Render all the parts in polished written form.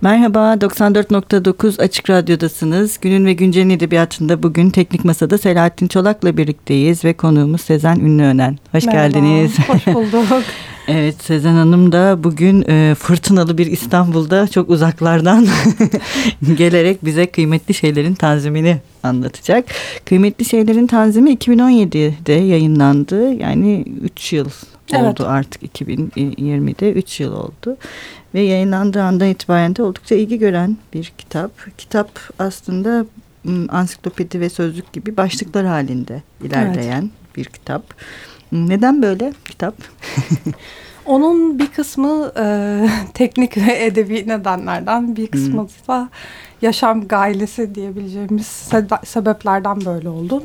Merhaba, 94.9 Açık Radyo'dasınız. Günün ve Güncel'in edebiyatında bugün Teknik Masa'da Selahattin Çolak'la birlikteyiz ve konuğumuz Sezen Ünlüönen. Hoş geldiniz. Hoş bulduk. Evet, Sezen Hanım da bugün fırtınalı bir İstanbul'da çok uzaklardan gelerek bize kıymetli şeylerin tanzimini anlatacak. Kıymetli şeylerin tanzimi 2017'de yayınlandı. Yani 3 yıl oldu artık, 2020'de 3 yıl oldu. Ve yayınlandığı andan itibaren de oldukça ilgi gören bir kitap. Kitap aslında ansiklopedi ve sözlük gibi başlıklar halinde ilerleyen bir kitap. Neden böyle kitap? Onun bir kısmı teknik ve edebi nedenlerden, bir kısmı da yaşam gailesi diyebileceğimiz sebeplerden böyle oldu.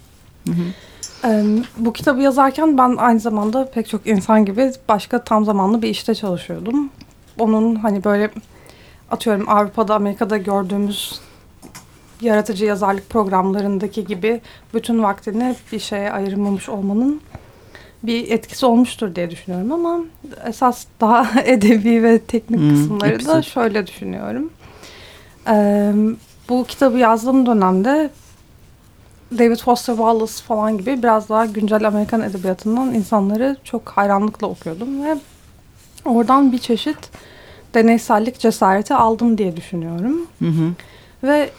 Bu kitabı yazarken ben aynı zamanda pek çok insan gibi başka tam zamanlı bir işte çalışıyordum. Onun hani böyle atıyorum Avrupa'da, Amerika'da gördüğümüz yaratıcı yazarlık programlarındaki gibi bütün vaktini bir şeye ayırmamış olmanın bir etkisi olmuştur diye düşünüyorum ama esas daha edebi ve teknik kısımları da şöyle düşünüyorum. Bu kitabı yazdığım dönemde David Foster Wallace falan gibi biraz daha güncel Amerikan edebiyatından insanları çok hayranlıkla okuyordum ve oradan bir çeşit deneysellik cesareti aldım diye düşünüyorum. Ve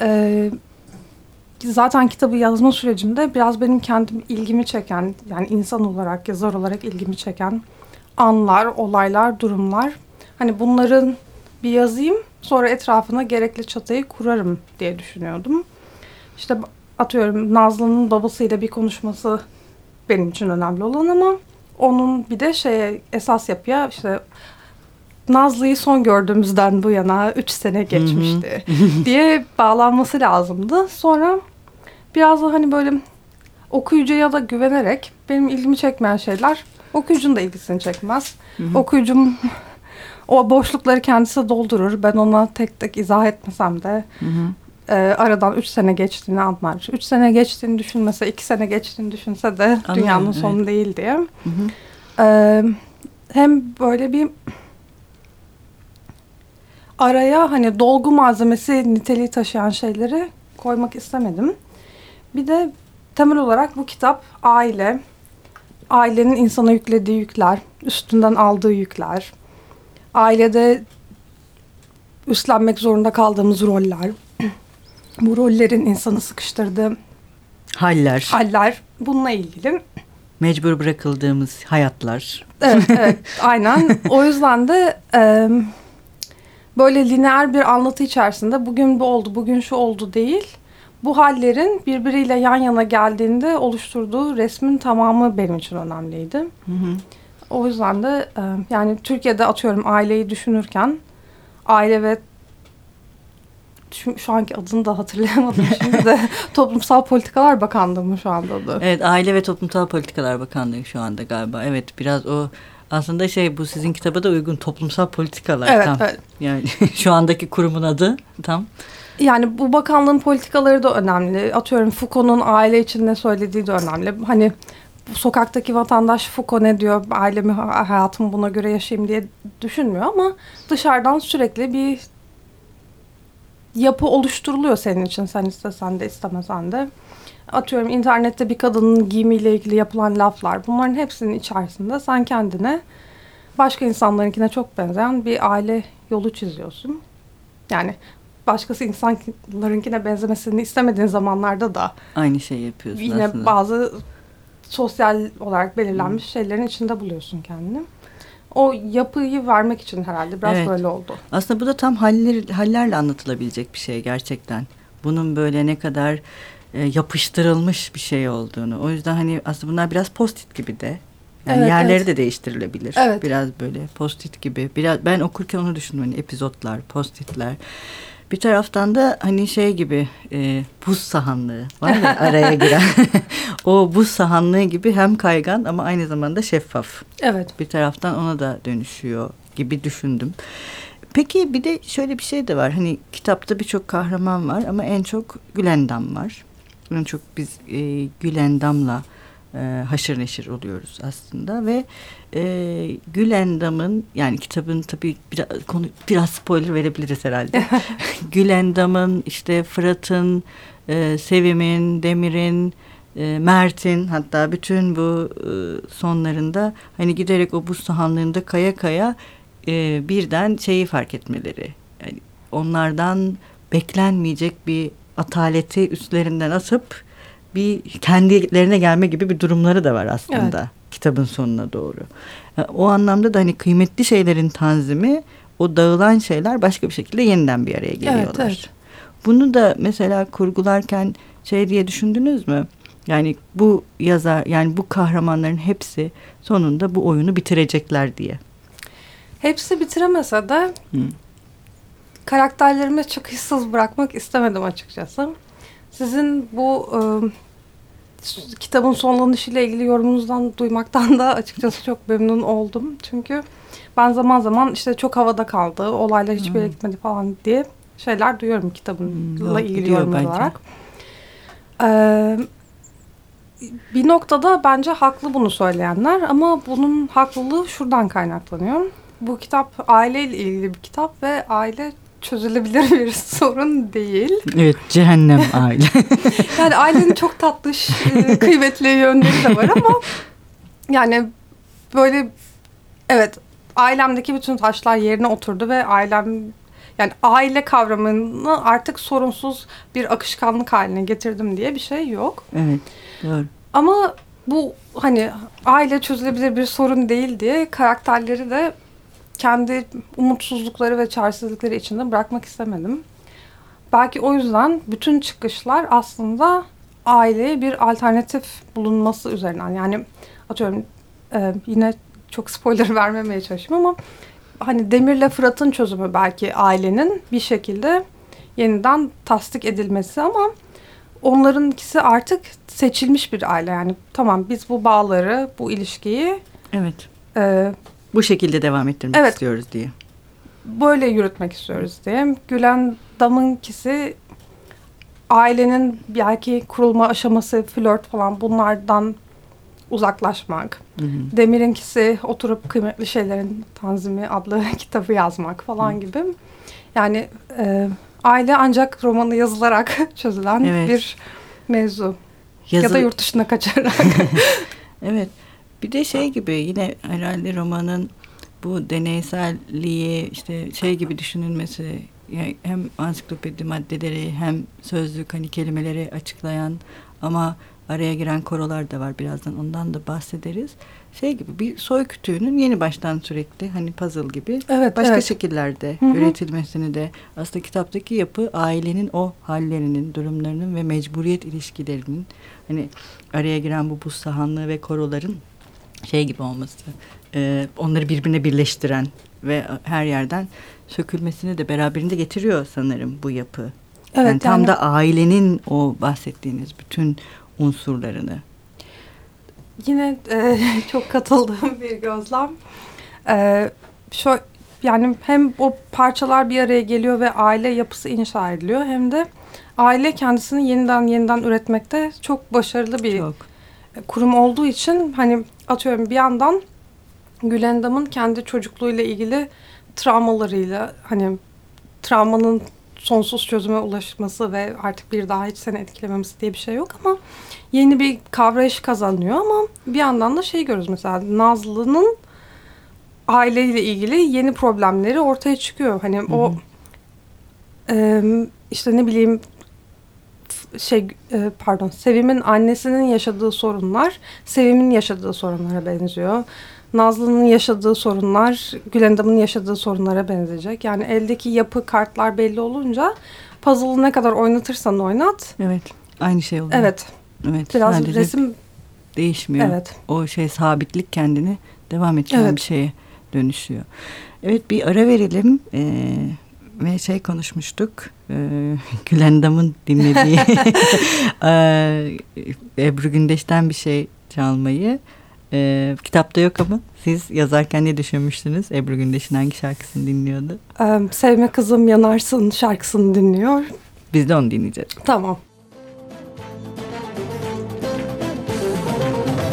zaten kitabı yazma sürecimde biraz benim kendim ilgimi çeken, yani insan olarak, yazar olarak ilgimi çeken anlar, olaylar, durumlar. Hani bunların bir yazayım, sonra etrafına gerekli çatıyı kurarım diye düşünüyordum. İşte atıyorum Nazlı'nın babasıyla bir konuşması benim için önemli olan ama onun bir de esas yapıya işte Nazlı'yı son gördüğümüzden bu yana 3 sene geçmişti diye bağlanması lazımdı. Sonra biraz da hani böyle okuyucuya da güvenerek benim ilgimi çekmeyen şeyler okuyucunun da ilgisini çekmez. Okuyucum o boşlukları kendisi doldurur. Ben ona tek tek izah etmesem de aradan 3 sene geçtiğini anlar. 3 sene geçtiğini düşünmese, 2 sene geçtiğini düşünse de dünyanın sonu değil diye. Hem böyle bir araya hani dolgu malzemesi niteliği taşıyan şeyleri koymak istemedim. Bir de temel olarak bu kitap ailenin insana yüklediği yükler, üstünden aldığı yükler, ailede üstlenmek zorunda kaldığımız roller, bu rollerin insanı sıkıştırdığı haller bununla ilgili. Mecbur bırakıldığımız hayatlar. Evet, aynen. O yüzden de böyle lineer bir anlatı içerisinde bugün bu oldu, bugün şu oldu değil, bu hallerin birbiriyle yan yana geldiğinde oluşturduğu resmin tamamı benim için önemliydi. O yüzden de yani Türkiye'de atıyorum aileyi düşünürken aile ve şu anki adını da hatırlayamadım şimdi de Toplumsal Politikalar Bakanlığı mı şu anda adı? Evet, Aile ve Toplumsal Politikalar Bakanlığı şu anda galiba. Evet, biraz o aslında bu sizin kitaba da uygun, toplumsal politikalar tam. Evet. Yani şu andaki kurumun adı tam. Yani bu bakanlığın politikaları da önemli. Atıyorum Foucault'un aile için ne söylediği de önemli. Hani sokaktaki vatandaş Foucault ne diyor, ailemi, hayatımı buna göre yaşayayım diye düşünmüyor ama dışarıdan sürekli bir yapı oluşturuluyor senin için. Sen istesen de istemesen de. Atıyorum internette bir kadının giyimiyle ilgili yapılan laflar. Bunların hepsinin içerisinde sen kendine başka insanlarınkine çok benzeyen bir aile yolu çiziyorsun. Yani başkası insanlarınkine benzemesini istemediğin zamanlarda da aynı şeyi yapıyorsun yine aslında. Bazı sosyal olarak belirlenmiş şeylerin içinde buluyorsun kendini. O yapıyı vermek için herhalde biraz böyle oldu. Aslında bu da tam hallerle anlatılabilecek bir şey gerçekten. Bunun böyle ne kadar yapıştırılmış bir şey olduğunu. O yüzden hani aslında bunlar biraz post-it gibi de. Yani yerleri de değiştirilebilir. Evet. Biraz böyle post-it gibi. Biraz ben okurken onu düşündüm. Hani epizotlar, post-itler. Bir taraftan da hani gibi buz sahanlığı var ya araya giren. O buz sahanlığı gibi hem kaygan ama aynı zamanda şeffaf. Evet. Bir taraftan ona da dönüşüyor gibi düşündüm. Peki bir de şöyle bir şey de var. Hani kitapta birçok kahraman var ama en çok Gülendam var. En çok biz Gülendam'la haşır neşir oluyoruz aslında ve Gülendam'ın, yani kitabın tabii biraz spoiler verebiliriz herhalde. Gülendam'ın, işte Fırat'ın, Sevim'in, Demir'in, Mert'in, hatta bütün bu sonlarında hani giderek o buz sahanlığında kaya kaya birden şeyi fark etmeleri. Yani onlardan beklenmeyecek bir ataleti üstlerinden atıp bir kendilerine gelme gibi bir durumları da var aslında, evet, kitabın sonuna doğru. O anlamda da hani kıymetli şeylerin tanzimi, o dağılan şeyler başka bir şekilde yeniden bir araya geliyorlar. Evet, evet. Bunu da mesela kurgularken şey diye düşündünüz mü? Yani bu yazar, yani bu kahramanların hepsi sonunda bu oyunu bitirecekler diye. Hepsi bitiremese de karakterlerimi çok hissiz bırakmak istemedim açıkçası. Sizin bu kitabın sonlanışıyla ilgili yorumunuzdan duymaktan da açıkçası çok memnun oldum. Çünkü ben zaman zaman işte çok havada kaldı, olaylar hiçbir yere gitmedi falan diye şeyler duyuyorum kitabınla ilgili yorum olarak. Bir noktada bence haklı bunu söyleyenler, ama bunun haklılığı şuradan kaynaklanıyor. Bu kitap aileyle ilgili bir kitap ve aile çözülebilir bir sorun değil. Evet, cehennem aile. Yani ailenin çok tatlış, kıymetli yönleri de var ama yani böyle, evet, ailemdeki bütün taşlar yerine oturdu ve yani aile kavramını artık sorunsuz bir akışkanlık haline getirdim diye bir şey yok. Evet, doğru. Ama bu hani aile çözülebilir bir sorun değil diye karakterleri de kendi umutsuzlukları ve çaresizlikleri içinde bırakmak istemedim. Belki o yüzden bütün çıkışlar aslında aileye bir alternatif bulunması üzerinden. Yani atıyorum, yine çok spoiler vermemeye çalışıyorum ama hani Demir'le Fırat'ın çözümü belki ailenin bir şekilde yeniden tasdik edilmesi, ama onlarınkisi artık seçilmiş bir aile. Yani tamam, biz bu bağları, bu ilişkiyi, evet, bu şekilde devam ettirmek istiyoruz diye. Böyle yürütmek istiyoruz diye. Gülendam'ınkisi ailenin belki kurulma aşaması, flört falan, bunlardan uzaklaşmak. Hı hı. Demir'inkisi oturup kıymetli şeylerin tanzimi adlı kitabı yazmak falan gibi. Yani aile ancak romanı yazılarak çözülen bir mevzu. Ya da yurt dışına kaçarak. Evet. Bir de şey gibi, yine herhalde romanın bu deneyselliği işte şey gibi düşünülmesi, yani hem ansiklopedi maddeleri hem sözlük, hani kelimeleri açıklayan ama araya giren korolar da var, birazdan ondan da bahsederiz. Şey gibi, bir soy kütüğünün yeni baştan sürekli hani puzzle gibi başka şekillerde üretilmesini de, aslında kitaptaki yapı ailenin o hallerinin, durumlarının ve mecburiyet ilişkilerinin, hani araya giren bu buz sahanlığı ve koroların şey gibi olması, onları birbirine birleştiren ve her yerden sökülmesini de beraberinde getiriyor sanırım bu yapı. Evet, yani tam da ailenin o bahsettiğiniz bütün unsurlarını. Yine çok katıldığım bir gözlem. Yani hem o parçalar bir araya geliyor ve aile yapısı inşa ediliyor, hem de aile kendisini yeniden üretmekte çok başarılı bir kurum olduğu için, hani atıyorum bir yandan Gülendam'ın kendi çocukluğuyla ilgili travmalarıyla, hani travmanın sonsuz çözüme ulaşması ve artık bir daha hiç seni etkilememesi diye bir şey yok, ama yeni bir kavrayış kazanıyor. Ama bir yandan da şey görüyoruz, mesela Nazlı'nın aileyle ilgili yeni problemleri ortaya çıkıyor. Hani o işte ne bileyim Sevim'in annesinin yaşadığı sorunlar Sevim'in yaşadığı sorunlara benziyor. Nazlı'nın yaşadığı sorunlar Gülendam'ın yaşadığı sorunlara benzeyecek. Yani eldeki yapı, kartlar belli olunca puzzle'ı ne kadar oynatırsan oynat. Evet, aynı şey oluyor. Evet. Biraz sadece resim değişmiyor. Evet. O şey, sabitlik kendini devam ettiren bir şeye dönüşüyor. Evet, bir ara verelim. Ve şey konuşmuştuk, Gülendam'ın dinlediği Ebru Gündeş'ten bir şey çalmayı. Kitapta yok ama siz yazarken ne düşünmüştünüz? Ebru Gündeş'in hangi şarkısını dinliyordu? Sevme Kızım Yanarsın şarkısını dinliyor. Biz de onu dinleyeceğiz. Tamam.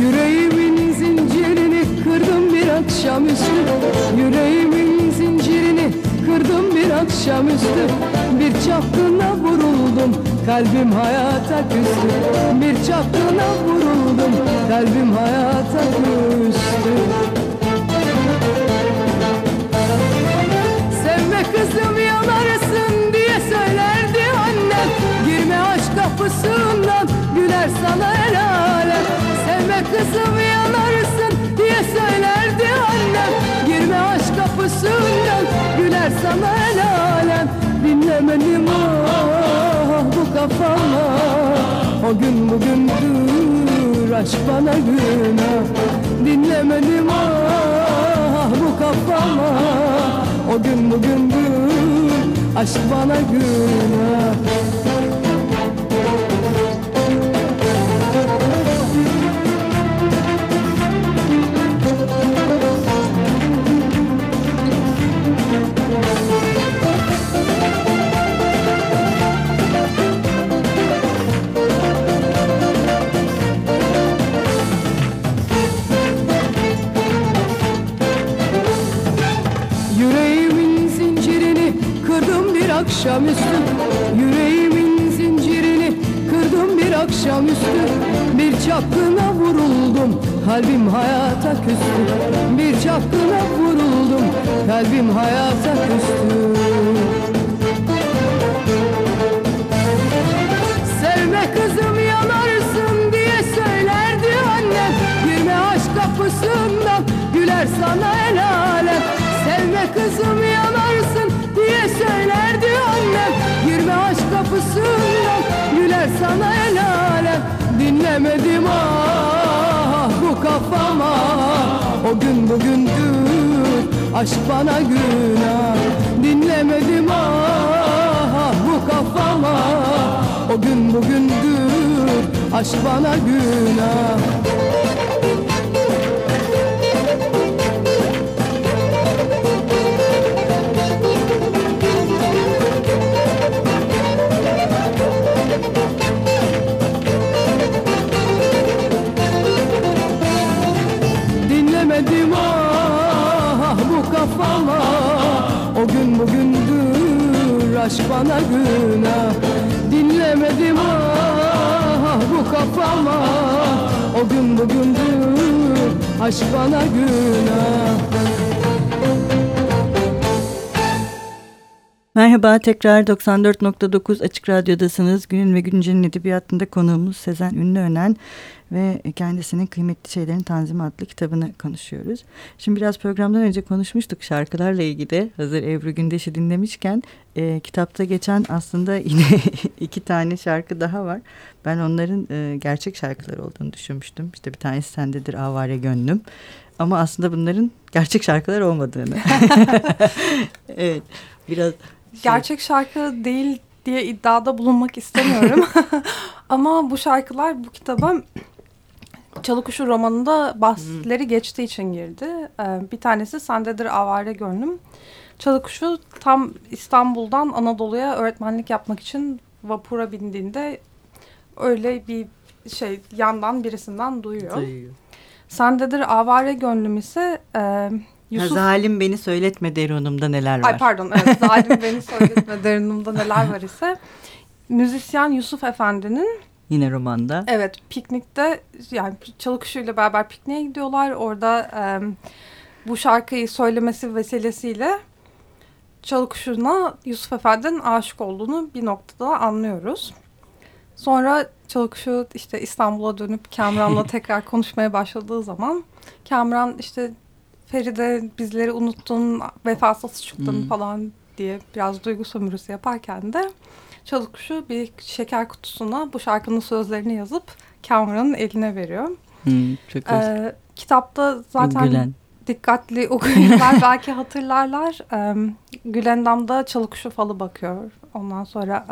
Yüreğimin zincirini kırdım bir akşamüstü. Yüreğimin zincirini kırdım bir akşamüstü. Bir çapkına vuruldum, kalbim hayata küstü. Bir çapkına vuruldum, kalbim hayata küstü. Sevme kızım yanarsın diye söylerdi annem. Girme aşk kapısından, güler sana el alem. Sevme kızım yanarsın diye söylerdi annem. Girme aşk kapısından, güler sana el alem. Dinlemedim ah bu kafama, o gün bugündür aşk bana günah. Dinlemedim ah bu kafama, o gün bugündür aşk bana günah. Yüreğimin zincirini kırdım bir akşamüstü. Yüreğimin zincirini kırdım bir akşamüstü. Bir çapkına vuruldum, kalbim hayata küstü. Bir çapkına vuruldum, kalbim hayata küstü. Sevme kızım yanarsın diye söylerdi annem. Girme aşk kapısından, güler sana el alem. Sevme kızım yanarsın diye söylerdi annem. Girme aşk kapısından, güler sana el alem. Dinlemedim ah bu kafama, o gün bugündür aşk bana günah. Dinlemedim ah bu kafama, o gün bugündür aşk bana günah. Dinlemedim ah bu kafama, o gün bugündür aşk bana günah. Dinlemedim ah bu kafama, o gün bugündür aşk bana günah. Merhaba, tekrar 94.9 Açık Radyo'dasınız. Günün ve Güncel'in edebiyatında konuğumuz Sezen Ünlüönen ve kendisinin Kıymetli Şeylerin Tanzimi adlı kitabını konuşuyoruz. Şimdi biraz programdan önce konuşmuştuk şarkılarla ilgili. Hazır Ebru Gündeş'i dinlemişken kitapta geçen aslında yine 2 tane şarkı daha var. Ben onların gerçek şarkılar olduğunu düşünmüştüm. İşte bir tanesi Sendedir Avare Gönlüm. Ama aslında bunların gerçek şarkılar olmadığını. Evet, biraz... Gerçek şarkı değil diye iddiada bulunmak istemiyorum. Ama bu şarkılar bu kitaba Çalıkuşu romanında bahsleri geçtiği için girdi. Bir tanesi Sendedir Avare Gönlüm. Çalıkuşu tam İstanbul'dan Anadolu'ya öğretmenlik yapmak için vapura bindiğinde öyle bir şey yandan birisinden duyuyor. Sendedir Avare Gönlüm ise... Yusuf... Zalim beni söyletme derunumda neler var. Ay pardon, evet, zalim beni söyletme derunumda neler var ise müzisyen Yusuf Efendi'nin yine romanda. Evet, piknikte yani Çalıkuşu ile beraber pikniğe gidiyorlar. Orada bu şarkıyı söylemesi vesilesiyle Çalıkuşu'na Yusuf Efendi'nin aşık olduğunu bir noktada anlıyoruz. Sonra Çalıkuşu işte İstanbul'a dönüp Kamran'la tekrar konuşmaya başladığı zaman Kamran işte Feride bizleri unuttun, vefasız çıktın falan diye biraz duygu sömürüsü yaparken de Çalıkuşu bir şeker kutusuna bu şarkının sözlerini yazıp Kamran'ın eline veriyor. Çok kitapta zaten Gülen. Dikkatli okuyucular belki hatırlarlar. Gülendam'da Çalıkuşu falı bakıyor. Ondan sonra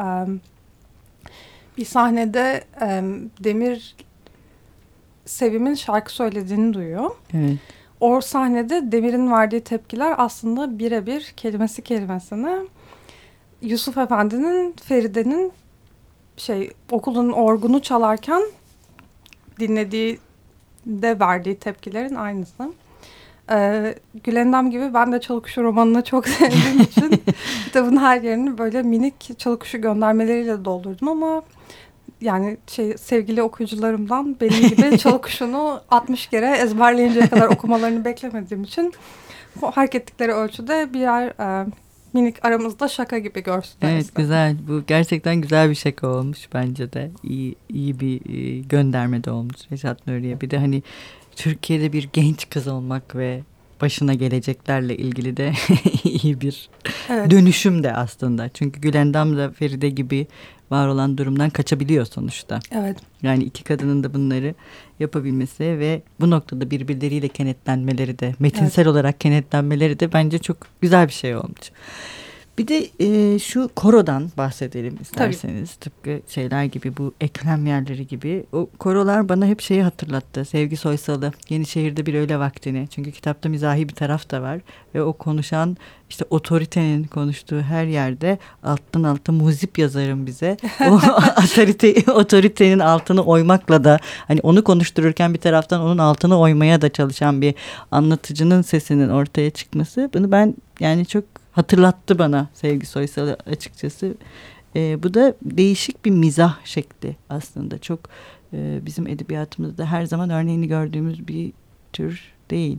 bir sahnede Demir Sevim'in şarkı söylediğini duyuyor. Evet. O sahnede Demir'in verdiği tepkiler aslında birebir kelimesi kelimesine Yusuf Efendi'nin Feride'nin okulun orgunu çalarken dinlediği de verdiği tepkilerin aynısı. Gülendam gibi ben de Çalıkuşu romanını çok sevdiğim için kitabın her yerini böyle minik Çalıkuşu göndermeleriyle doldurdum ama yani sevgili okuyucularımdan benim gibi Çalıkuşu'nu 60 kere ezberleyinceye kadar okumalarını beklemediğim için fark ettikleri ölçüde birer minik aramızda şaka gibi görsünler. Evet istedim. güzel. Bu gerçekten güzel bir şaka olmuş bence de. İyi bir gönderme de olmuş Reşat Nuri'ye. Bir de hani Türkiye'de bir genç kız olmak ve başına geleceklerle ilgili de iyi bir dönüşüm de aslında. Çünkü Gülendam da Feride gibi var olan durumdan kaçabiliyor sonuçta. Evet. Yani iki kadının da bunları yapabilmesi ve bu noktada birbirleriyle kenetlenmeleri de, metinsel olarak kenetlenmeleri de bence çok güzel bir şey olmuş. Bir de şu korodan bahsedelim isterseniz. Tabii. Tıpkı şeyler gibi, bu eklem yerleri gibi. O korolar bana hep şeyi hatırlattı. Sevgi Soysal'ı, Yenişehir'de bir öğle vaktini. Çünkü kitapta mizahi bir taraf da var. Ve o konuşan, işte otoritenin konuştuğu her yerde alttan alta muzip yazarım bize. O otoritenin altını oymakla da, hani onu konuştururken bir taraftan onun altını oymaya da çalışan bir anlatıcının sesinin ortaya çıkması. Bunu ben yani çok hatırlattı bana Sevgi Soysal'ı açıkçası. Bu da değişik bir mizah şekli aslında. Çok bizim edebiyatımızda her zaman örneğini gördüğümüz bir tür değil.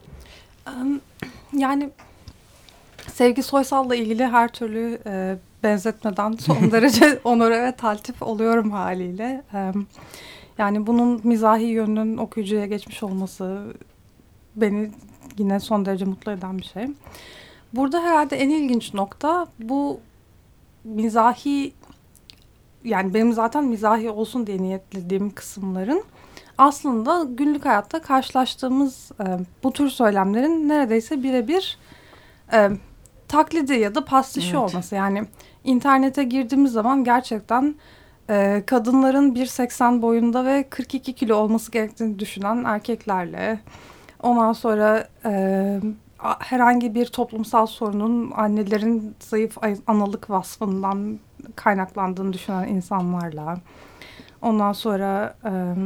Yani Sevgi Soysal'la ilgili her türlü benzetmeden son derece onore ve taltif oluyorum haliyle. Yani bunun mizahi yönünün okuyucuya geçmiş olması beni yine son derece mutlu eden bir şey. Burada herhalde en ilginç nokta bu mizahi, yani benim zaten mizahi olsun diye niyetlediğim kısımların aslında günlük hayatta karşılaştığımız bu tür söylemlerin neredeyse birebir taklidi ya da pastişi olması. Yani internete girdiğimiz zaman gerçekten kadınların 1.80 boyunda ve 42 kilo olması gerektiğini düşünen erkeklerle, ondan sonra herhangi bir toplumsal sorunun annelerin zayıf analık vasfından kaynaklandığını düşünen insanlarla, ondan sonra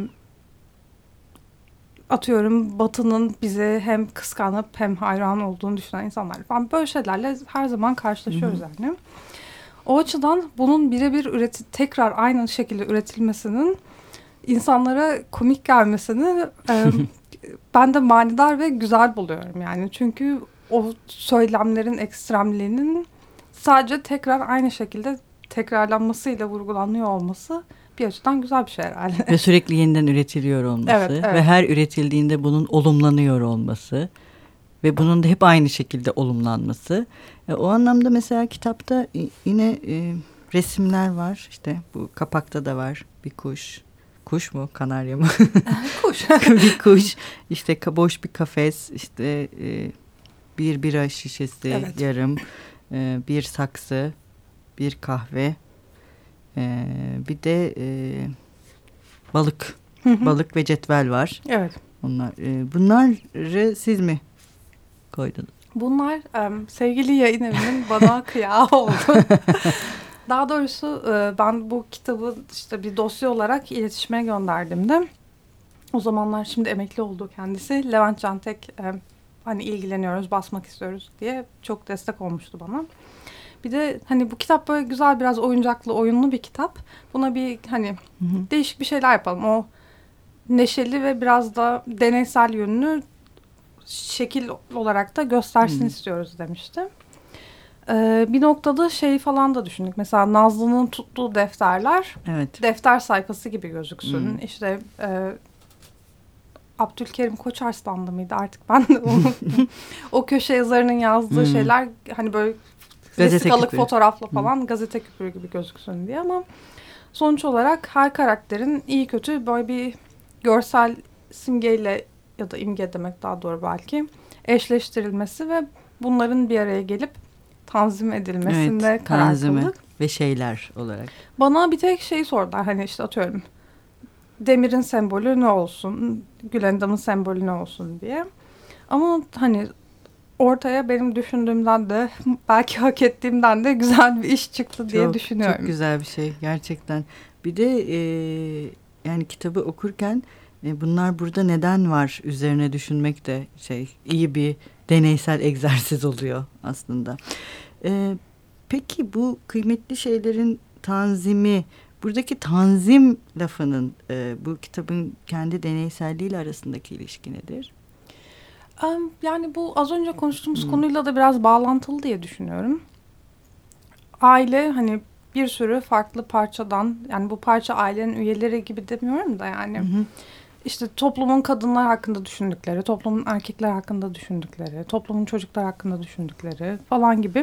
atıyorum Batı'nın bize hem kıskanıp hem hayran olduğunu düşünen insanlarla falan, böyle şeylerle her zaman karşılaşıyoruz yani. O açıdan bunun birebir tekrar aynı şekilde üretilmesinin insanlara komik gelmesini ben de manidar ve güzel buluyorum yani. Çünkü o söylemlerin ekstremliğinin sadece tekrar aynı şekilde tekrarlanmasıyla vurgulanıyor olması bir açıdan güzel bir şey herhalde. Ve sürekli yeniden üretiliyor olması. Evet. Ve her üretildiğinde bunun olumlanıyor olması. Ve bunun da hep aynı şekilde olumlanması. O anlamda mesela kitapta yine resimler var. İşte bu kapakta da var bir kuş. Kuş mu? Kanarya mı? Kuş. Bir kuş. İşte boş bir kafes. İşte bir bira şişesi yarım. Bir saksı. Bir kahve. Bir de balık. Balık ve cetvel var. Evet. Bunları siz mi koydunuz? Bunlar sevgili yayın evinin bana kıyağı oldu. Daha doğrusu ben bu kitabı işte bir dosya olarak iletişime gönderdiğimde, o zamanlar şimdi emekli oldu kendisi, Levent Cantek hani ilgileniyoruz, basmak istiyoruz diye çok destek olmuştu bana. Bir de hani bu kitap böyle güzel, biraz oyuncaklı, oyunlu bir kitap. Buna bir hani değişik bir şeyler yapalım. O neşeli ve biraz da deneysel yönünü şekil olarak da göstersin istiyoruz demişti. Bir noktada şey falan da düşündük. Mesela Nazlı'nın tuttuğu defterler defter sayfası gibi gözüksün. İşte Abdülkerim Koçarslan'da mıydı artık, ben de unuttum. O köşe yazarının yazdığı şeyler hani böyle vesikalık fotoğrafla falan gazete küpürü gibi gözüksün diye, ama sonuç olarak her karakterin iyi kötü böyle bir görsel simgeyle, ya da imge demek daha doğru belki, eşleştirilmesi ve bunların bir araya gelip tanzim edilmesinde karar kıldık. Ve şeyler olarak. Bana bir tek şey sordular, hani işte atıyorum Demir'in sembolü ne olsun, Gülendam'ın sembolü ne olsun diye. Ama hani ortaya benim düşündüğümden de belki hak ettiğimden de güzel bir iş çıktı diye düşünüyorum. Çok güzel bir şey gerçekten. Bir de yani kitabı okurken Bunlar burada neden var üzerine düşünmek de iyi bir deneysel egzersiz oluyor aslında. Peki bu kıymetli şeylerin tanzimi, buradaki tanzim lafının bu kitabın kendi deneyselliğiyle arasındaki ilişki nedir? Yani bu az önce konuştuğumuz konuyla da biraz bağlantılı diye düşünüyorum. Aile hani bir sürü farklı parçadan, yani bu parça ailenin üyeleri gibi demiyorum da yani. İşte toplumun kadınlar hakkında düşündükleri, toplumun erkekler hakkında düşündükleri, toplumun çocuklar hakkında düşündükleri falan gibi.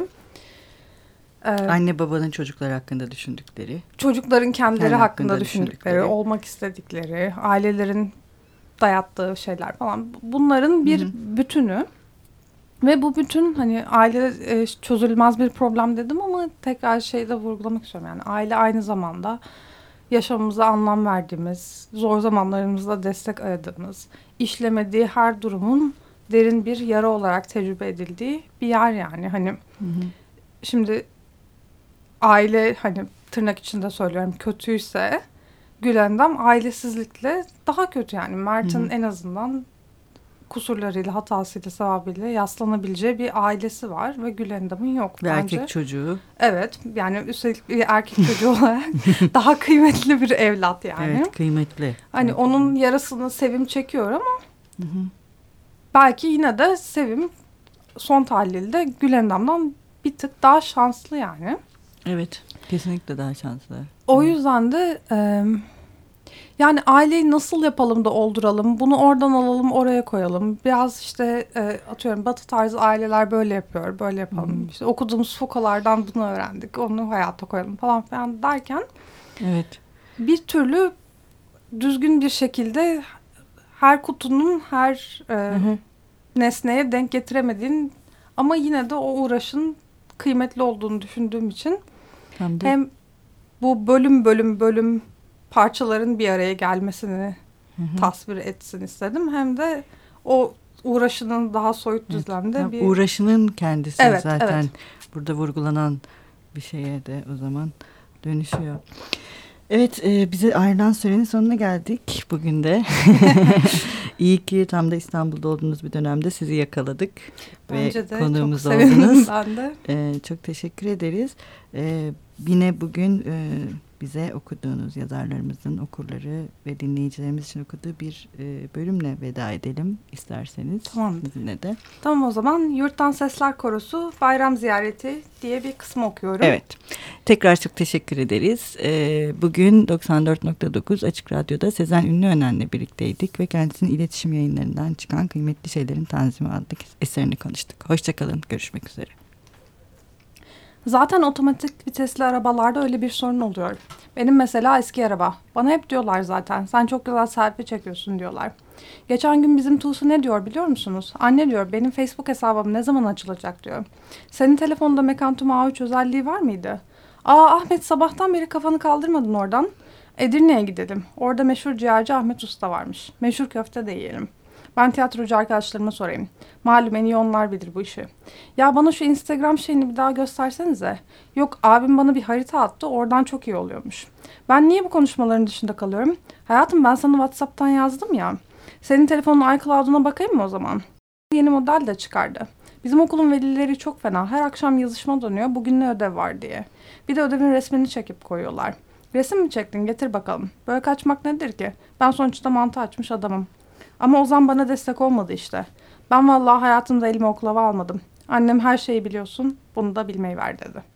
Anne babanın çocuklar hakkında düşündükleri. Çocukların kendileri hakkında düşündükleri, olmak istedikleri, ailelerin dayattığı şeyler falan. Bunların bir bütünü. Ve bu bütün hani aile çözülmez bir problem dedim ama tekrar şeyde vurgulamak istiyorum. Yani aile aynı zamanda yaşamımıza anlam verdiğimiz, zor zamanlarımızda destek aradığımız, işlemediği her durumun derin bir yara olarak tecrübe edildiği bir yer yani. Hani şimdi aile hani tırnak içinde söylüyorum kötüyse Gülendam ailesizlikle daha kötü yani. Mert'in en azından kusurlarıyla, hatasıyla, sevabıyla yaslanabileceği bir ailesi var ve Gülendam'ın yok bir bence. Erkek çocuğu. Evet yani üstelik bir erkek çocuğu olarak daha kıymetli bir evlat yani. Evet, kıymetli. Hani onun yarasını Sevim çekiyor ama belki yine de Sevim son tahlilde Gülendam'dan bir tık daha şanslı yani. Evet, kesinlikle daha şanslı. O yüzden de yani aileyi nasıl yapalım da olduralım, bunu oradan alalım oraya koyalım. Biraz işte atıyorum Batı tarzı aileler böyle yapıyor, böyle yapalım. İşte okuduğumuz Foucault'lardan bunu öğrendik, onu hayata koyalım falan filan derken. Evet. Bir türlü düzgün bir şekilde her kutunun her nesneye denk getiremediğin ama yine de o uğraşın kıymetli olduğunu düşündüğüm için hem bu bölüm parçaların bir araya gelmesini tasvir etsin istedim. Hem de o uğraşının daha soyut düzlemde bir... Uğraşının kendisi zaten evet. Burada vurgulanan bir şeye de o zaman dönüşüyor. Evet, bize ayrılan sürenin sonuna geldik bugün de. İyi ki tam da İstanbul'da olduğunuz bir dönemde sizi yakaladık. Bence ve de konuğumuz çok oldunuz. Ben de. Çok teşekkür ederiz. Yine bugün bize okuduğunuz yazarlarımızın okurları ve dinleyicilerimiz için okuduğu bir bölümle veda edelim isterseniz. Tamam. Sizinle de. Tamam o zaman Yurttan Sesler Korosu Bayram Ziyareti diye bir kısmı okuyorum. Evet. Tekrar çok teşekkür ederiz. Bugün 94.9 Açık Radyo'da Sezen Ünlüönen'le birlikteydik ve kendisinin iletişim yayınlarından çıkan Kıymetli Şeylerin Tanzimi adlı eserini konuştuk. Hoşçakalın. Görüşmek üzere. Zaten otomatik vitesli arabalarda öyle bir sorun oluyor. Benim mesela eski araba. Bana hep diyorlar zaten sen çok güzel selfie çekiyorsun diyorlar. Geçen gün bizim Tuğsu ne diyor biliyor musunuz? Anne diyor benim Facebook hesabım ne zaman açılacak diyor. Senin telefonda Mekantum A3 özelliği var mıydı? Ahmet sabahtan beri kafanı kaldırmadın oradan. Edirne'ye gidelim. Orada meşhur ciğerci Ahmet Usta varmış. Meşhur köfte de yiyelim. Ben tiyatrocu arkadaşlarıma sorayım. Malum en iyi onlar bilir bu işi. Ya bana şu Instagram şeyini bir daha göstersenize. Yok abim bana bir harita attı oradan çok iyi oluyormuş. Ben niye bu konuşmaların dışında kalıyorum? Hayatım ben sana WhatsApp'tan yazdım ya. Senin telefonun iCloud'una bakayım mı o zaman? Yeni model de çıkardı. Bizim okulun velileri çok fena. Her akşam yazışma dönüyor. Bugün ne ödev var diye. Bir de ödevin resmini çekip koyuyorlar. Resim mi çektin? Getir bakalım. Böyle kaçmak nedir ki? Ben sonuçta mantı açmış adamım. Ama Ozan bana destek olmadı işte. Ben vallahi hayatımda elime oklava almadım. Annem her şeyi biliyorsun, bunu da bilmeyi ver dedi.